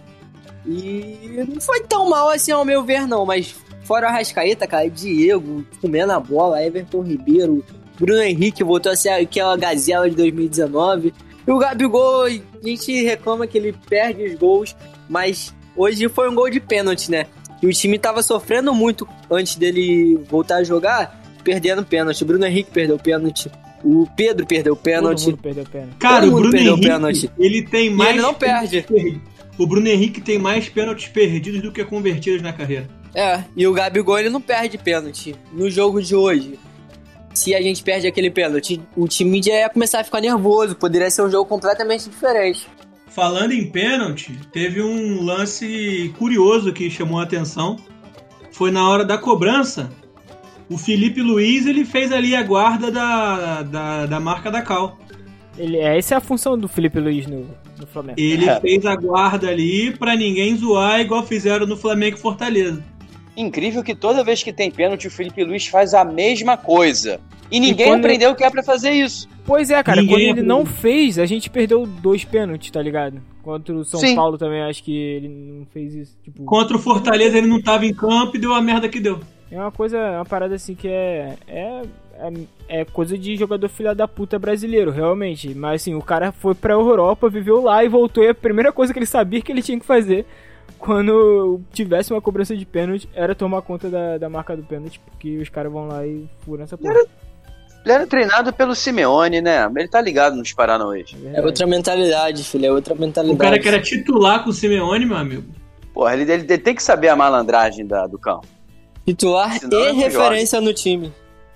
E não foi tão mal assim ao meu ver, não, mas fora o Arrascaeta, cara, Diego comendo a bola, Everton Ribeiro, Bruno Henrique voltou a ser aquela gazela de dois mil e dezenove. E o Gabigol, a gente reclama que ele perde os gols, mas hoje foi um gol de pênalti, né? E o time tava sofrendo muito antes dele voltar a jogar, perdendo pênalti. O Bruno Henrique perdeu pênalti. O Pedro perdeu pênalti. Todo mundo perdeu pênalti. Cara, Todo o mundo Bruno perdeu Henrique, pênalti. ele tem E mais... ele não perde. pênaltis. O Bruno Henrique tem mais pênaltis perdidos do que convertidos na carreira. É, e o Gabigol, ele não perde pênalti. No jogo de hoje, se a gente perde aquele pênalti, o time já ia começar a ficar nervoso. Poderia ser um jogo completamente diferente. Falando em pênalti, teve um lance curioso que chamou a atenção. Foi na hora da cobrança. O Felipe Luiz, ele fez ali a guarda da, da, da marca da Cal. Ele, essa é a função do Felipe Luiz no, no Flamengo. Ele É. fez a guarda ali pra ninguém zoar, igual fizeram no Flamengo e Fortaleza. Incrível que toda vez que tem pênalti, o Felipe Luiz faz a mesma coisa. E ninguém E quando- aprendeu que é pra fazer isso. Pois é, cara, Ninguém quando ele aprendeu. não fez, a gente perdeu dois pênaltis, tá ligado? Contra o São Sim. Paulo também, acho que ele não fez isso. Tipo, Contra o Fortaleza, ele não tava em campo e deu a merda que deu. é uma coisa, uma parada assim que é, é, é, é coisa de jogador filha da puta brasileiro, realmente. Mas assim, o cara foi pra Europa, viveu lá e voltou, e a primeira coisa que ele sabia que ele tinha que fazer quando tivesse uma cobrança de pênalti era tomar conta da, da marca do pênalti, porque os caras vão lá e furam essa porra. Ele era treinado pelo Simeone, né? Ele tá ligado nos Paranauês. É É verdade. outra mentalidade, filho, é outra mentalidade. O cara que era titular com o Simeone, meu amigo. Porra, ele, ele- ele tem que saber a malandragem da- do campo. Titular Senão e não referência no time.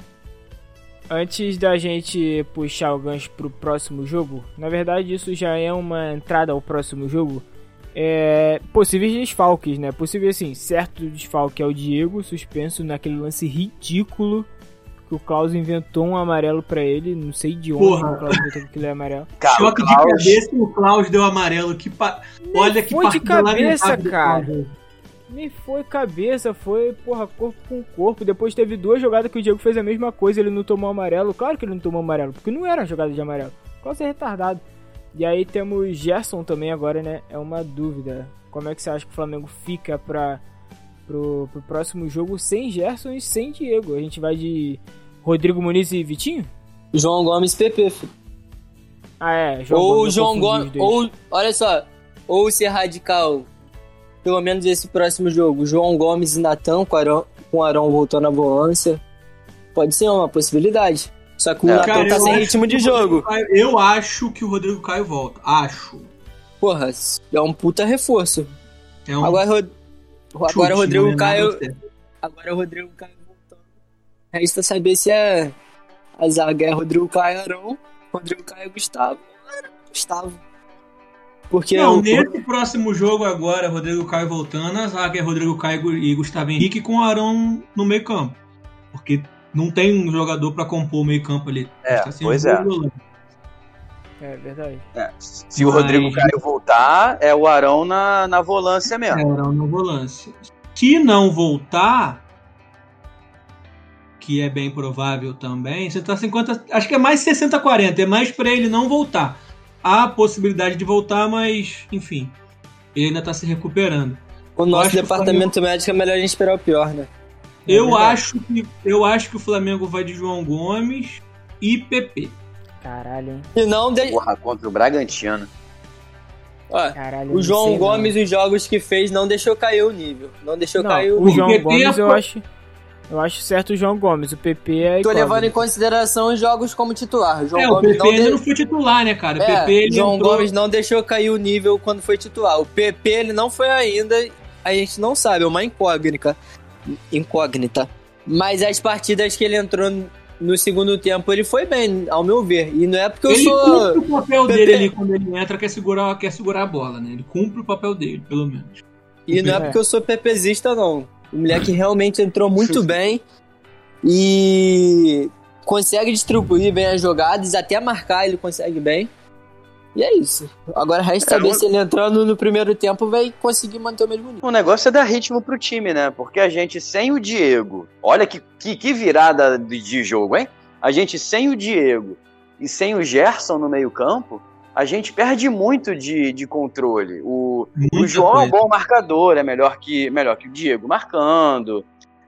Antes da gente puxar o gancho pro próximo jogo, na verdade isso já é uma entrada ao próximo jogo. É, possíveis desfalques, né? Possível, assim, certo desfalque é o Diego, suspenso naquele lance ridículo que o Klaus inventou um amarelo pra ele, não sei de onde Porra. o Klaus inventou que aquilo é amarelo. Cara, Choque o de Klaus- cabeça e o Klaus deu amarelo. Que pa... Olha que foi de partida cabeça, lamentável do cara. Klaus. Nem foi cabeça, foi, porra, corpo com corpo. Depois teve duas jogadas que o Diego fez a mesma coisa, ele não tomou amarelo. Claro que ele não tomou amarelo, porque não era uma jogada de amarelo. O Klaus é retardado. E aí temos Gerson também agora, né? É uma dúvida. Como é que você acha que o Flamengo fica pra, pro, pro próximo jogo sem Gerson e sem Diego? A gente vai de Rodrigo Muniz e Vitinho? João Gomes e P P, filho. Ah, é. João Ou Gomes, eu João confundi Gomes, os dois. ou, olha só, ou ser radical, pelo menos esse próximo jogo, João Gomes e Natan com o Arão, com o Arão voltando à volância, pode ser uma possibilidade. Só que o É, Natan Cara, tá eu sem acho ritmo que de o Rodrigo jogo. Caio- eu acho que o Rodrigo Caio volta. Acho. Porra, é um puta reforço. É um Agora, Rod... chute, agora o não Rodrigo é nada Caio, certo. agora o Rodrigo Caio voltando. Resta saber se é a zaga é Rodrigo Caio Arão, Rodrigo Caio Gustavo, Gustavo. Porque Não, o... nesse próximo jogo agora, Rodrigo Caio voltando, a zaga é Rodrigo Caio e Gustavo Henrique com o Arão no meio campo. Porque não tem um jogador pra compor o meio campo ali. É, Tá sem pois um é. volante. É verdade. É, se o Mas- Rodrigo Caio voltar, é o Arão na, na volância mesmo. É, Arão no volante. Se não voltar, que é bem provável também, você tá cinquenta, acho que é mais sessenta a quarenta, é mais pra ele não voltar. Há possibilidade de voltar, mas enfim, ele ainda tá se recuperando. o eu nosso acho que o departamento médico é melhor a gente esperar o pior, né? É eu verdade. acho que eu acho que o Flamengo vai de João Gomes e P P. Caralho, hein? E não de... Porra, contra o Bragantino. Ó, Caralho, eu o não João sei, não. Gomes, os jogos que fez, não deixou cair o nível. Não deixou Não, cair o o nível. João P P Gomes eu foi- acho. Eu acho certo o João Gomes. O P P é. Tô incógnito. levando em consideração os jogos como titular. O João É, o Gomes P P não ainda de- não foi titular, né, cara? O É, P P ele João entrou... Gomes não deixou cair o nível quando foi titular. O P P ele não foi ainda, a gente não sabe, é uma incógnita. Incógnita. Mas as partidas que ele entrou no segundo tempo, ele foi bem, ao meu ver. E não é porque eu Ele sou. cumpre o papel P P. dele ali quando ele entra, quer segurar, quer segurar a bola, né? Ele cumpre o papel dele, pelo menos. E não é É. porque eu sou PPzista, não. O moleque realmente entrou muito bem e consegue distribuir bem as jogadas, até marcar ele consegue bem. E é isso. Agora resta É, saber eu- se ele entrando no primeiro tempo vai conseguir manter o mesmo nível. O negócio é dar ritmo pro time, né? Porque a gente sem o Diego, olha que, que, que virada de, de jogo, hein? A gente sem o Diego e sem o Gerson no meio-campo, a gente perde muito de, de controle. O, o Muita João é um coisa. bom marcador, é melhor que, melhor que o Diego marcando.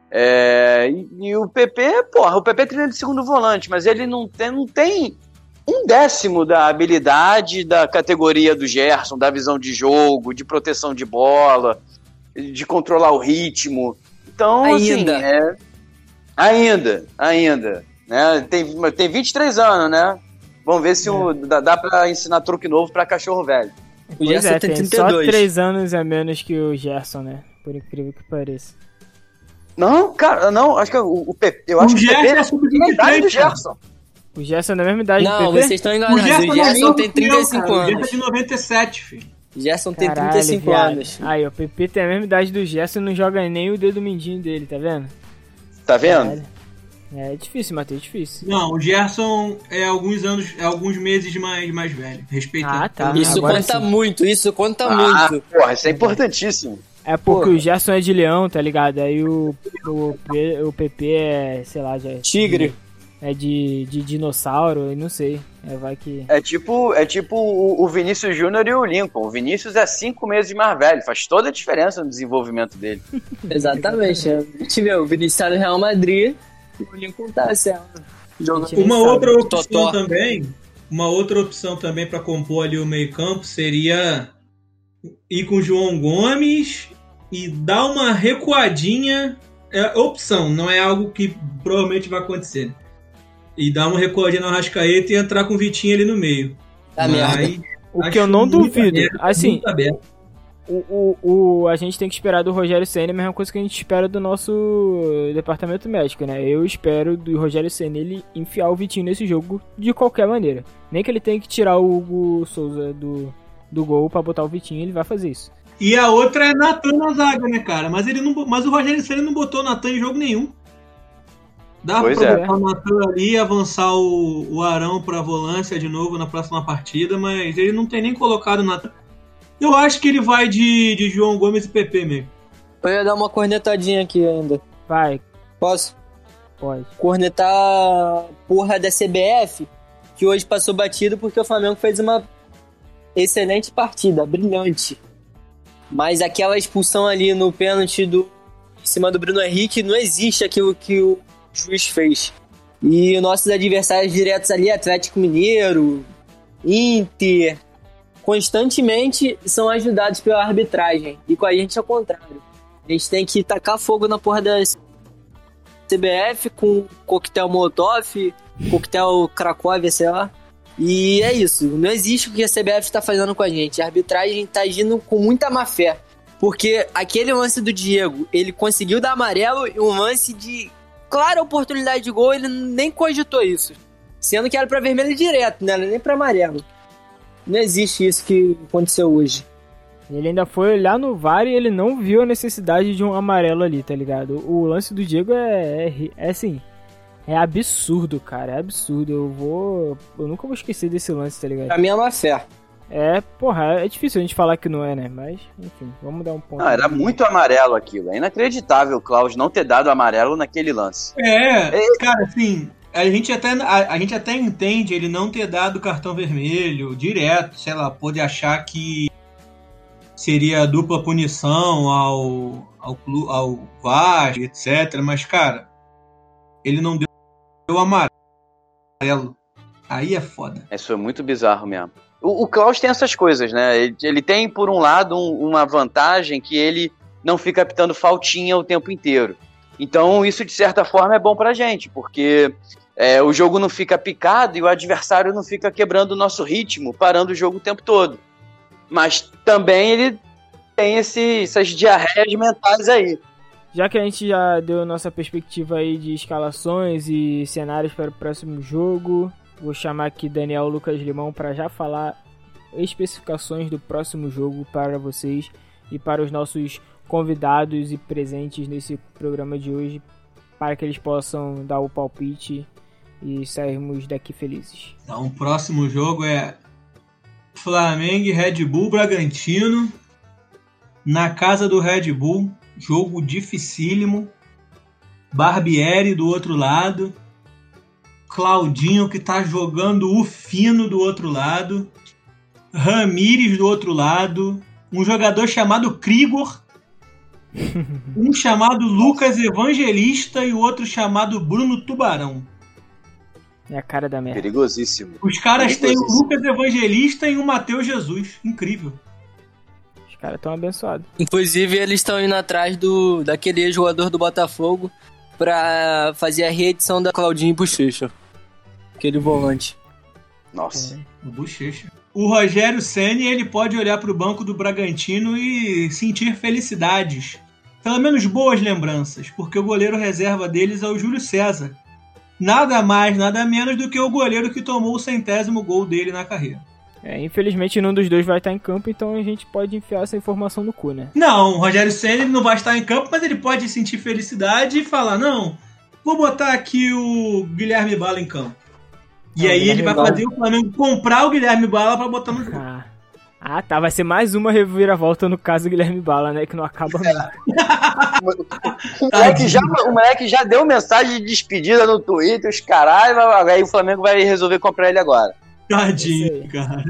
É, e, e o P P, porra, o P P treina de segundo volante, mas ele não tem, não tem um décimo da habilidade da categoria do Gerson, da visão de jogo, de proteção de bola, de controlar o ritmo. Então, Ainda. assim, é, ainda, ainda. Né? Tem, tem vinte e três anos, né? Vamos ver se o, dá, dá pra ensinar truque novo pra cachorro velho. O Pois Gerson é, tem tem trinta e só dois. três anos a menos que o Gerson, né? Por incrível que pareça. Não, cara, não, acho que o, o P P, eu acho O que o P P Gerson é é sub a idade do vinte e três, cara. Gerson. O Gerson é da mesma idade Não, do P P? vocês estão O enganados. Gerson, O Gerson não tem que trinta e eu, cinco cara. O Gerson é anos. de noventa e sete, filho. Gerson tem Caralho, trinta e cinco viado. anos. Aí, o P P tem a mesma idade do Gerson e não joga nem o dedo mindinho dele, tá vendo? Tá vendo? Caralho. É difícil, Matheus, difícil. Não, o Gerson é alguns anos, é alguns meses mais, mais velho. Respeitando. Ah, tá. Isso agora conta sim. muito, isso conta Ah, muito. porra, isso é importantíssimo. É porque Porra. o Gerson é de leão, tá ligado? Aí o, o, P- o P P é, sei lá, já é Tigre. de- é de, de dinossauro, e não sei. É, vai que. É tipo, é tipo o, o Vinícius Júnior e o Lincoln. O Vinícius é cinco meses mais velho, faz toda a diferença no desenvolvimento dele. Exatamente. A gente vê o Vinícius tá no Real Madrid e o Lincoln tá sendo jogando. Uma sabe. outra opção Totó. também, uma outra opção também para compor ali o meio-campo seria ir com o João Gomes e dar uma recuadinha. É opção, não é algo que provavelmente vai acontecer. E dar uma recuadinha no Arrascaeta e entrar com o Vitinho ali no meio. Tá merda. Mas O que acho eu não muito duvido. aberto, Assim, muito aberto. o, o, o, a gente tem que esperar do Rogério Ceni a mesma coisa que a gente espera do nosso departamento médico, né? Eu espero do Rogério Ceni ele enfiar o Vitinho nesse jogo de qualquer maneira. Nem que ele tenha que tirar o Hugo Souza do, do gol pra botar o Vitinho, ele vai fazer isso. E a outra é Natan na zaga, né, cara? Mas, ele não, mas o Rogério Ceni não botou Natan em jogo nenhum. Dá Pois pra é. botar o Natan ali e avançar o, o Arão pra volância de novo na próxima partida, mas ele não tem nem colocado o Natan. Eu acho que ele vai de, de João Gomes e P P mesmo. Eu ia dar uma cornetadinha aqui ainda. Vai, Posso? pode. Cornetar a porra da C B F, que hoje passou batido porque o Flamengo fez uma excelente partida, brilhante. Mas aquela expulsão ali no pênalti do, em cima do Bruno Henrique, não existe aquilo que o juiz fez. E nossos adversários diretos ali, Atlético Mineiro, Inter, constantemente são ajudados pela arbitragem. E com a gente é o contrário. A gente tem que tacar fogo na porra da C B F com coquetel Molotov, coquetel Cracóvia, sei lá. E é isso, não existe o que a C B F tá fazendo com a gente. A arbitragem tá agindo com muita má fé. Porque aquele lance do Diego, ele conseguiu dar amarelo e um lance de clara oportunidade de gol, ele nem cogitou isso. Sendo que era pra vermelho direto, não era nem pra amarelo. Não existe isso que aconteceu hoje. Ele ainda foi olhar no V A R e ele não viu a necessidade de um amarelo ali, tá ligado? O lance do Diego é, é, é assim, é absurdo, cara, é absurdo. Eu vou, eu nunca vou esquecer desse lance, tá ligado? Pra mim é má fé. É, porra, é difícil a gente falar que não é, né? Mas, enfim, vamos dar um ponto. Não, era muito amarelo aquilo. É inacreditável o Klaus não ter dado amarelo naquele lance. É, cara, assim, a gente, até, a, a gente até entende ele não ter dado cartão vermelho direto, sei lá, pode achar que seria dupla punição ao, ao, ao Vasco, etcétera. Mas, cara, ele não deu, deu amarelo. Aí é foda. Isso foi muito bizarro mesmo. O, o Klaus tem essas coisas, né? Ele, ele tem, por um lado, um, uma vantagem que ele não fica apitando faltinha o tempo inteiro. Então, isso, de certa forma, é bom pra gente, porque é, o jogo não fica picado e o adversário não fica quebrando o nosso ritmo, parando o jogo o tempo todo. Mas também ele tem esse, essas diarreias mentais aí. Já que a gente já deu nossa perspectiva aí de escalações e cenários para o próximo jogo, vou chamar aqui Daniel Lucas Limão para já falar especificações do próximo jogo para vocês e para os nossos convidados e presentes nesse programa de hoje, para que eles possam dar o palpite e sairmos daqui felizes. Então, o próximo jogo é Flamengo e Red Bull Bragantino, na casa do Red Bull, jogo dificílimo. Barbieri do outro lado, Claudinho que tá jogando o fino do outro lado, Ramires do outro lado, um jogador chamado Krigor, um chamado Lucas Evangelista e o outro chamado Bruno Tubarão. É a cara da merda. Perigosíssimo. Os caras têm o Perigosíssimo. Lucas Evangelista e o Matheus Jesus. Incrível. Os caras estão abençoados. Inclusive, eles estão indo atrás do, daquele jogador do Botafogo pra fazer a reedição da Claudinho e Bochecha. Aquele volante. Nossa. O Bochecha. O Rogério Ceni, ele pode olhar pro banco do Bragantino e sentir felicidades. Pelo menos boas lembranças, porque o goleiro reserva deles é o Júlio César. Nada mais, nada menos do que o goleiro que tomou o centésimo gol dele na carreira. É, infelizmente nenhum dos dois vai estar em campo, então a gente pode enfiar essa informação no cu, né? Não, o Rogério Ceni não vai estar em campo, mas ele pode sentir felicidade e falar, não, vou botar aqui o Guilherme Bala em campo. E Não, aí Guilherme ele vai Bala. fazer o Flamengo comprar o Guilherme Bala pra botar no jogo. Ah. ah, tá. Vai ser mais uma reviravolta no caso do Guilherme Bala, né? Que não acaba nunca. O moleque, já, o moleque já deu mensagem de despedida no Twitter, os caralho, aí o Flamengo vai resolver comprar ele agora. Tadinho, cara.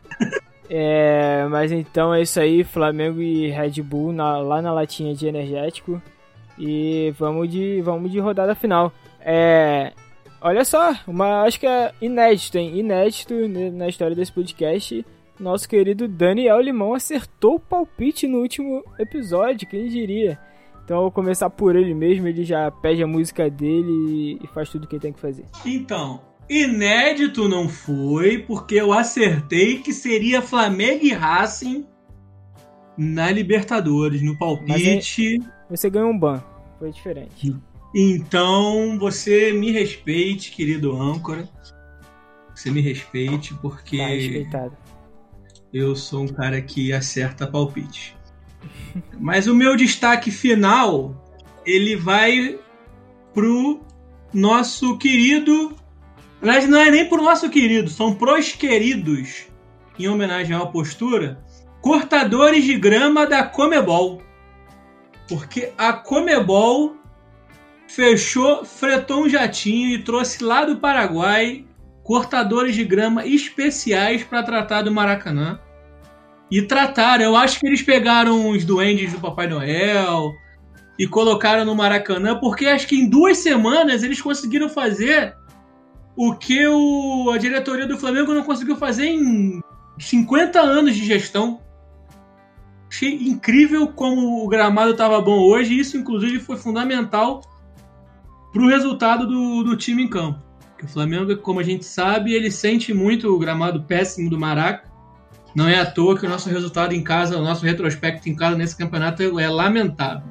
É, mas então é isso aí. Flamengo e Red Bull na- lá na latinha de energético. E vamos de, vamos de rodada final. É... Olha só, uma, acho que é inédito, hein? Inédito né, na história desse podcast. Nosso querido Daniel Limão acertou o palpite no último episódio, quem diria? Então eu vou começar por ele mesmo, ele já pede a música dele e faz tudo o que ele tem que fazer. Então, inédito não foi, porque eu acertei que seria Flamengo e Racing na Libertadores, no palpite. Você ganhou um ban, foi diferente. Então, você me respeite, querido âncora. Você me respeite, porque Tá respeitado. eu sou um cara que acerta palpite. Mas o meu destaque final, ele vai pro nosso querido... Aliás, não é nem pro nosso querido, são pros queridos, em homenagem à postura, cortadores de grama da Comebol. Porque a Comebol fechou, fretou um jatinho e trouxe lá do Paraguai cortadores de grama especiais para tratar do Maracanã. E trataram, eu acho que eles pegaram os duendes do Papai Noel e colocaram no Maracanã, porque acho que em duas semanas eles conseguiram fazer o que o, a diretoria do Flamengo não conseguiu fazer em cinquenta anos de gestão. Achei incrível como o gramado estava bom hoje, e isso inclusive foi fundamental para o resultado do, do time em campo. Porque o Flamengo, como a gente sabe, ele sente muito o gramado péssimo do Maraca. Não é à toa que o nosso resultado em casa, o nosso retrospecto em casa nesse campeonato é lamentável.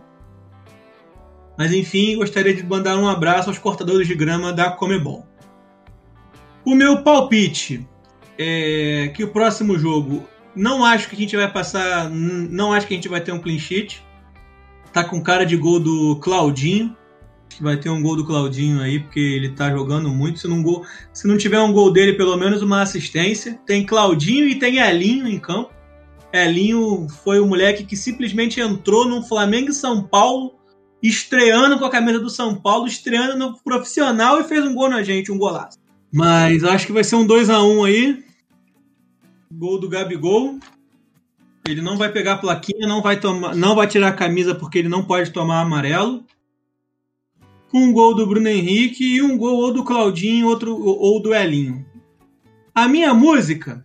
Mas enfim, gostaria de mandar um abraço aos cortadores de grama da Comebol. O meu palpite é que o próximo jogo, não acho que a gente vai passar, não acho que a gente vai ter um clean sheet. Tá com cara de gol do Claudinho. Que vai ter um gol do Claudinho aí, porque ele tá jogando muito. Se não, gol, se não tiver um gol dele, pelo menos uma assistência. Tem Claudinho e tem Elinho em campo. Elinho foi o moleque que simplesmente entrou no Flamengo e São Paulo, estreando com a camisa do São Paulo, estreando no profissional e fez um gol na gente, um golaço. Mas acho que vai ser um dois a um aí. Gol do Gabigol. Ele não vai pegar a plaquinha, não vai, tomar, não vai tirar a camisa porque ele não pode tomar amarelo. Com um gol do Bruno Henrique e um gol ou do Claudinho outro, ou do Elinho. A minha música,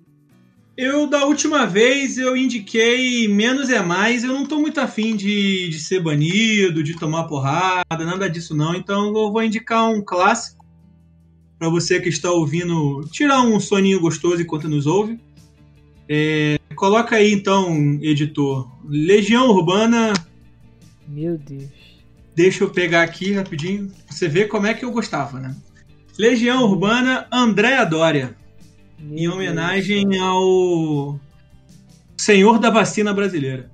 eu da última vez eu indiquei Menos é Mais. Eu não tô muito afim de, de ser banido, de tomar porrada, nada disso não. Então eu vou indicar um clássico para você que está ouvindo, tirar um soninho gostoso enquanto nos ouve. É, coloca aí então, editor, Legião Urbana. Meu Deus. Deixa eu pegar aqui rapidinho, pra você ver como é que eu gostava, né? Legião Urbana, Andréa Doria. Meu em homenagem Deus. Ao senhor da vacina brasileira.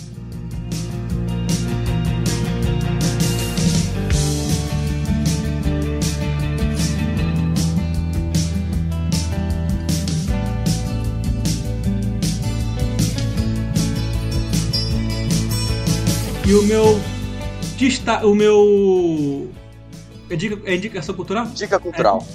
E o meu... O meu... É, dica, é indicação cultural? Dica cultural.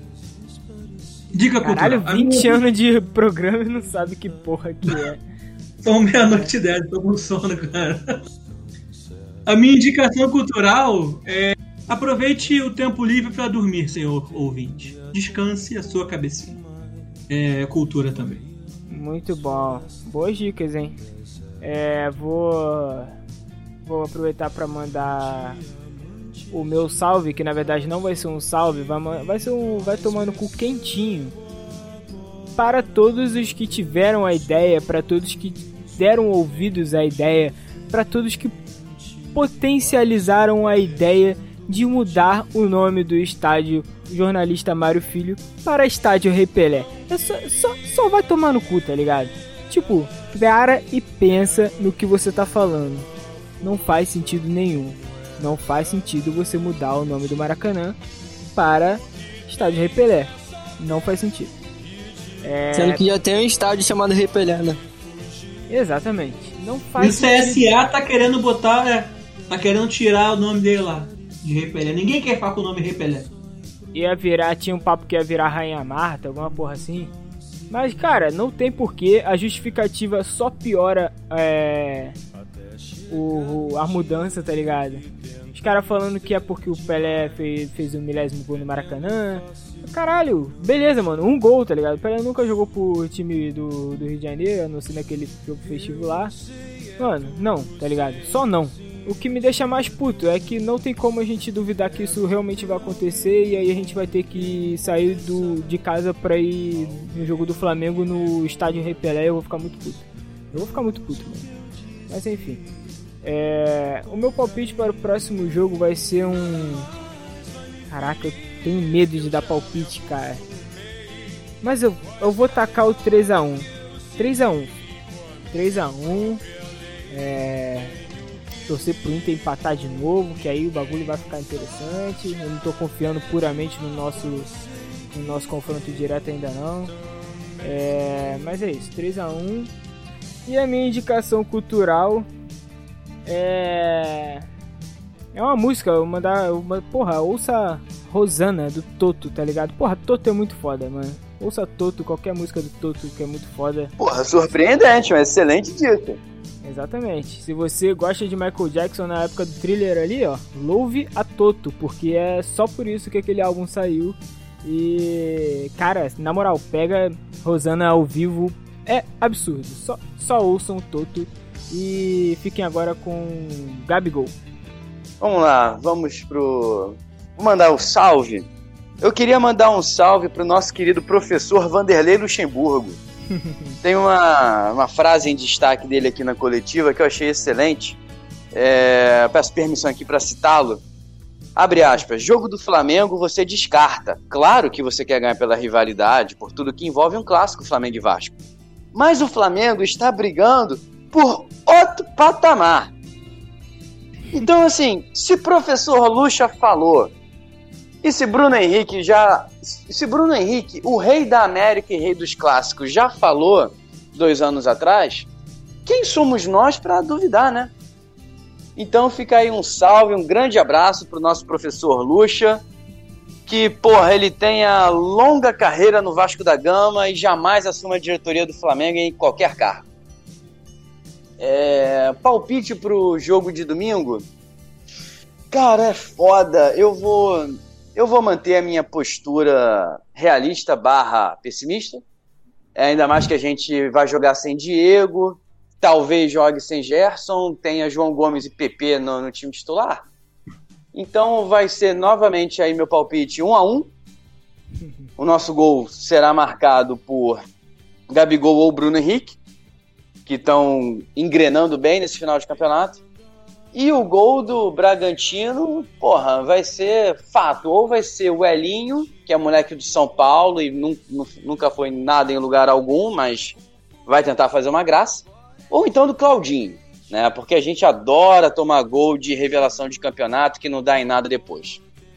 É. Dica Caralho, cultural. vinte minha... anos de programa e não sabe que porra que é. São meia-noite e dez, tô com sono, cara. A minha indicação cultural é... Aproveite o tempo livre para dormir, senhor ouvinte. Descanse a sua cabecinha. É cultura também. Muito bom. Boas dicas, hein? É, vou... Vou aproveitar para mandar o meu salve, que na verdade não vai ser um salve, vai, vai ser um vai tomando cu quentinho para todos os que tiveram a ideia, para todos que deram ouvidos à ideia, para todos que potencializaram a ideia de mudar o nome do estádio Jornalista Mário Filho para Estádio Rei Pelé. É só, só, só vai tomar no cu, tá ligado? Tipo, para e pensa no que você tá falando. Não faz sentido nenhum. Não faz sentido você mudar o nome do Maracanã para Estádio Rei Pelé. Não faz sentido. É... Sendo que já tem um estádio chamado Rei Pelé, né? Exatamente. Não faz o C S A tá querendo botar... É, tá querendo tirar o nome dele lá. De Rei Pelé. Ninguém quer falar com o nome Rei Pelé. Ia virar... Tinha um papo que ia virar Rainha Marta, alguma porra assim. Mas, cara, não tem porquê. A justificativa só piora... É... O, a mudança, tá ligado? Os caras falando que é porque o Pelé fez, fez o milésimo gol no Maracanã. Caralho, beleza, mano, um gol, tá ligado? O Pelé nunca jogou pro time do, do Rio de Janeiro, a não ser naquele jogo festivo lá. Mano, não, tá ligado? Só não. O que me deixa mais puto é que não tem como a gente duvidar que isso realmente vai acontecer, e aí a gente vai ter que sair do, de casa pra ir no jogo do Flamengo no estádio Rei Pelé. Eu vou ficar muito puto. Eu vou ficar muito puto, mano. Mas enfim. É, o meu palpite para o próximo jogo vai ser um... Caraca, eu tenho medo de dar palpite, cara. Mas eu, eu vou tacar o três a um. três a um. três a um. É... Torcer pro Inter empatar de novo, que aí o bagulho vai ficar interessante. Eu não tô confiando puramente no nosso, no nosso confronto direto ainda não. É... Mas é isso, três a um. E a minha indicação cultural é... É uma música, eu mandar... Uma... Porra, ouça Rosana, do Toto, tá ligado? Porra, Toto é muito foda, mano. Ouça Toto, qualquer música do Toto que é muito foda. Porra, surpreendente, um excelente dica. Exatamente. Se você gosta de Michael Jackson na época do Thriller ali, ó, louve a Toto, porque é só por isso que aquele álbum saiu. E, cara, na moral, pega Rosana ao vivo, é absurdo. Só, só ouçam Toto e fiquem agora com Gabigol. Vamos lá, vamos pro... Vou mandar o salve. Eu queria mandar um salve pro nosso querido professor Vanderlei Luxemburgo. Tem uma, uma frase em destaque dele aqui na coletiva que eu achei excelente. É, peço permissão aqui para citá-lo. Abre aspas. Jogo do Flamengo você descarta. Claro que você quer ganhar pela rivalidade, por tudo que envolve um clássico Flamengo e Vasco. Mas o Flamengo está brigando por outro patamar. Então, assim, se professor Lucha falou, e se Bruno Henrique já... Se Bruno Henrique, o rei da América e rei dos clássicos, já falou dois anos atrás, quem somos nós para duvidar, né? Então fica aí um salve, um grande abraço pro nosso professor Lucha, que, porra, ele tenha longa carreira no Vasco da Gama e jamais assuma a diretoria do Flamengo em qualquer cargo. É... Palpite pro jogo de domingo? Cara, é foda. Eu vou... Eu vou manter a minha postura realista barra pessimista. Ainda mais que a gente vai jogar sem Diego, talvez jogue sem Gerson, tenha João Gomes e P P no, no time titular. Então vai ser novamente aí meu palpite um a um. O nosso gol será marcado por Gabigol ou Bruno Henrique, que estão engrenando bem nesse final de campeonato. E o gol do Bragantino, porra, vai ser fato. Ou vai ser o Elinho, que é moleque de São Paulo e nu- nu- nunca foi nada em lugar algum, mas vai tentar fazer uma graça. Ou então do Claudinho, né? Porque a gente adora tomar gol de revelação de campeonato que não dá em nada depois.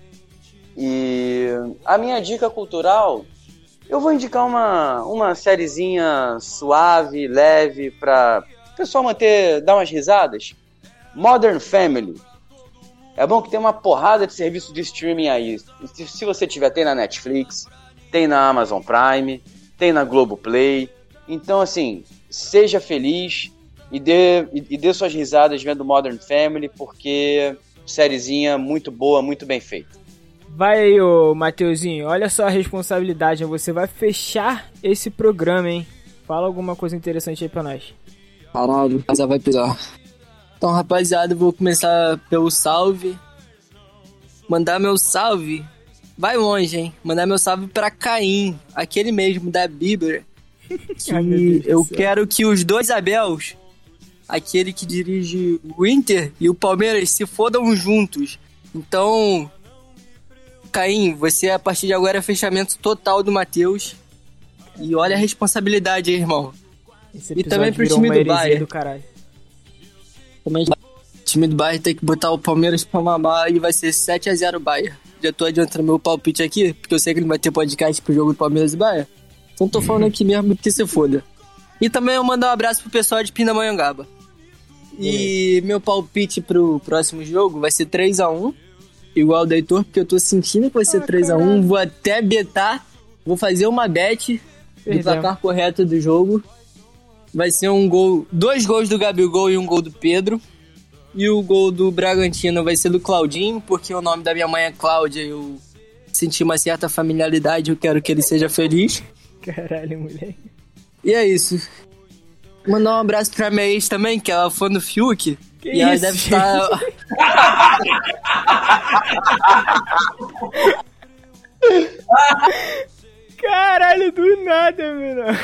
E a minha dica cultural, eu vou indicar uma, uma sériezinha suave, leve, para o pessoal manter, dar umas risadas. Modern Family. É bom que tem uma porrada de serviços de streaming aí. Se você tiver, tem na Netflix, tem na Amazon Prime, tem na Globoplay. Então, assim, seja feliz e dê, e, e dê suas risadas vendo Modern Family, porque sériezinha muito boa, muito bem feita. Vai aí, ô Mateuzinho, olha só a responsabilidade. Você vai fechar esse programa, hein? Fala alguma coisa interessante aí pra nós. Caralho, casa vai pisar. Então, rapaziada, eu vou começar pelo salve. Mandar meu salve. Vai longe, hein? Mandar meu salve pra Caim, aquele mesmo da Bíblia. Que Ai, eu quero que os dois Abels, aquele que dirige o Inter e o Palmeiras, se fodam juntos. Então, Caim, você a partir de agora é fechamento total do Matheus. E olha a responsabilidade aí, irmão. Esse E também pro virou time uma do heresia Bayern. do caralho. Também o time do Bayern tem que botar o Palmeiras pra mamar e vai ser sete a zero Bayern. Já tô adiantando meu palpite aqui, porque eu sei que ele vai ter podcast pro jogo do Palmeiras e Bayern. Então tô falando aqui mesmo que se foda. E também eu mando um abraço pro pessoal de Pindamonhangaba. E meu palpite pro próximo jogo vai ser três a um, igual o do Heitor, porque eu tô sentindo que vai ser Ah, três a um. caralho. Vou até betar, vou fazer uma bet do Perdemos. placar correto do jogo. Vai ser um gol, dois gols do Gabigol e um gol do Pedro. E o gol do Bragantino vai ser do Claudinho, porque o nome da minha mãe é Cláudia e eu senti uma certa familiaridade, eu quero que ele seja feliz. Caralho, moleque. E é isso. Mandar um abraço pra minha ex também, que ela é fã do Fiuk. Que e ela isso, deve estar... Caralho, do nada, mano.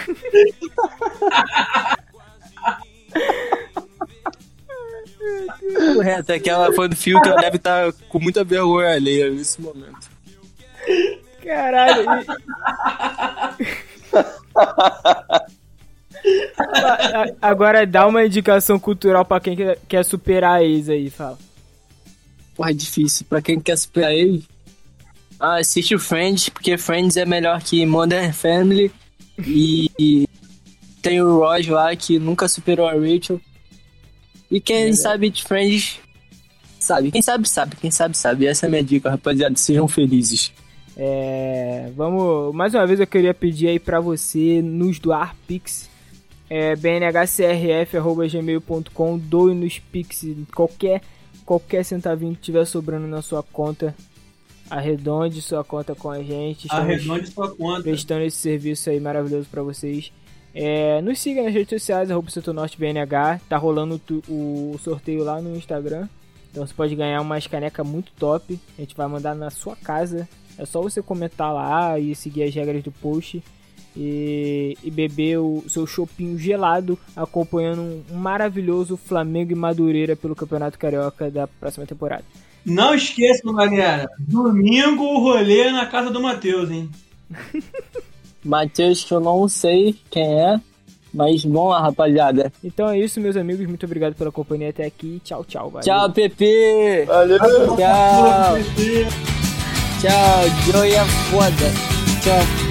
Correto, é que ela é fã do Fiuk, ela deve estar com muita vergonha alheia nesse momento. Caralho. E... Agora dá uma indicação cultural pra quem quer- quer superar a ex aí, fala. Porra, é difícil. Pra quem quer superar ele, ah, assiste o Friends, porque Friends é melhor que Modern Family. E, e tem o Ross lá, que nunca superou a Rachel. E quem sabe de Friends, sabe. Quem sabe, sabe. Quem sabe, sabe. Essa é a minha dica, rapaziada. Sejam felizes. É, vamos, mais uma vez eu queria pedir aí pra você nos doar Pix, é, b n h c r f arroba gmail ponto com, doe nos Pix, qualquer, qualquer centavinho que tiver sobrando na sua conta, arredonde sua conta com a gente, estamos Arredonde sua conta. prestando esse serviço aí maravilhoso pra vocês. É, nos siga nas redes sociais, arroba Setor Norte B N H, tá rolando tu- o sorteio lá no Instagram, então você pode ganhar umas canecas muito top, a gente vai mandar na sua casa. É só você comentar lá e seguir as regras do post e, e beber o seu chopinho gelado, acompanhando um, um maravilhoso Flamengo e Madureira pelo Campeonato Carioca da próxima temporada. Não esqueçam, galera. Domingo o rolê é na casa do Matheus, hein? Matheus, que eu não sei quem é, mas vamos lá, rapaziada. Então é isso, meus amigos. Muito obrigado pela companhia até aqui. Tchau, tchau. Valeu. Tchau, Pepe! Valeu! Tchau! Tchau, Joey é foda. Tchau.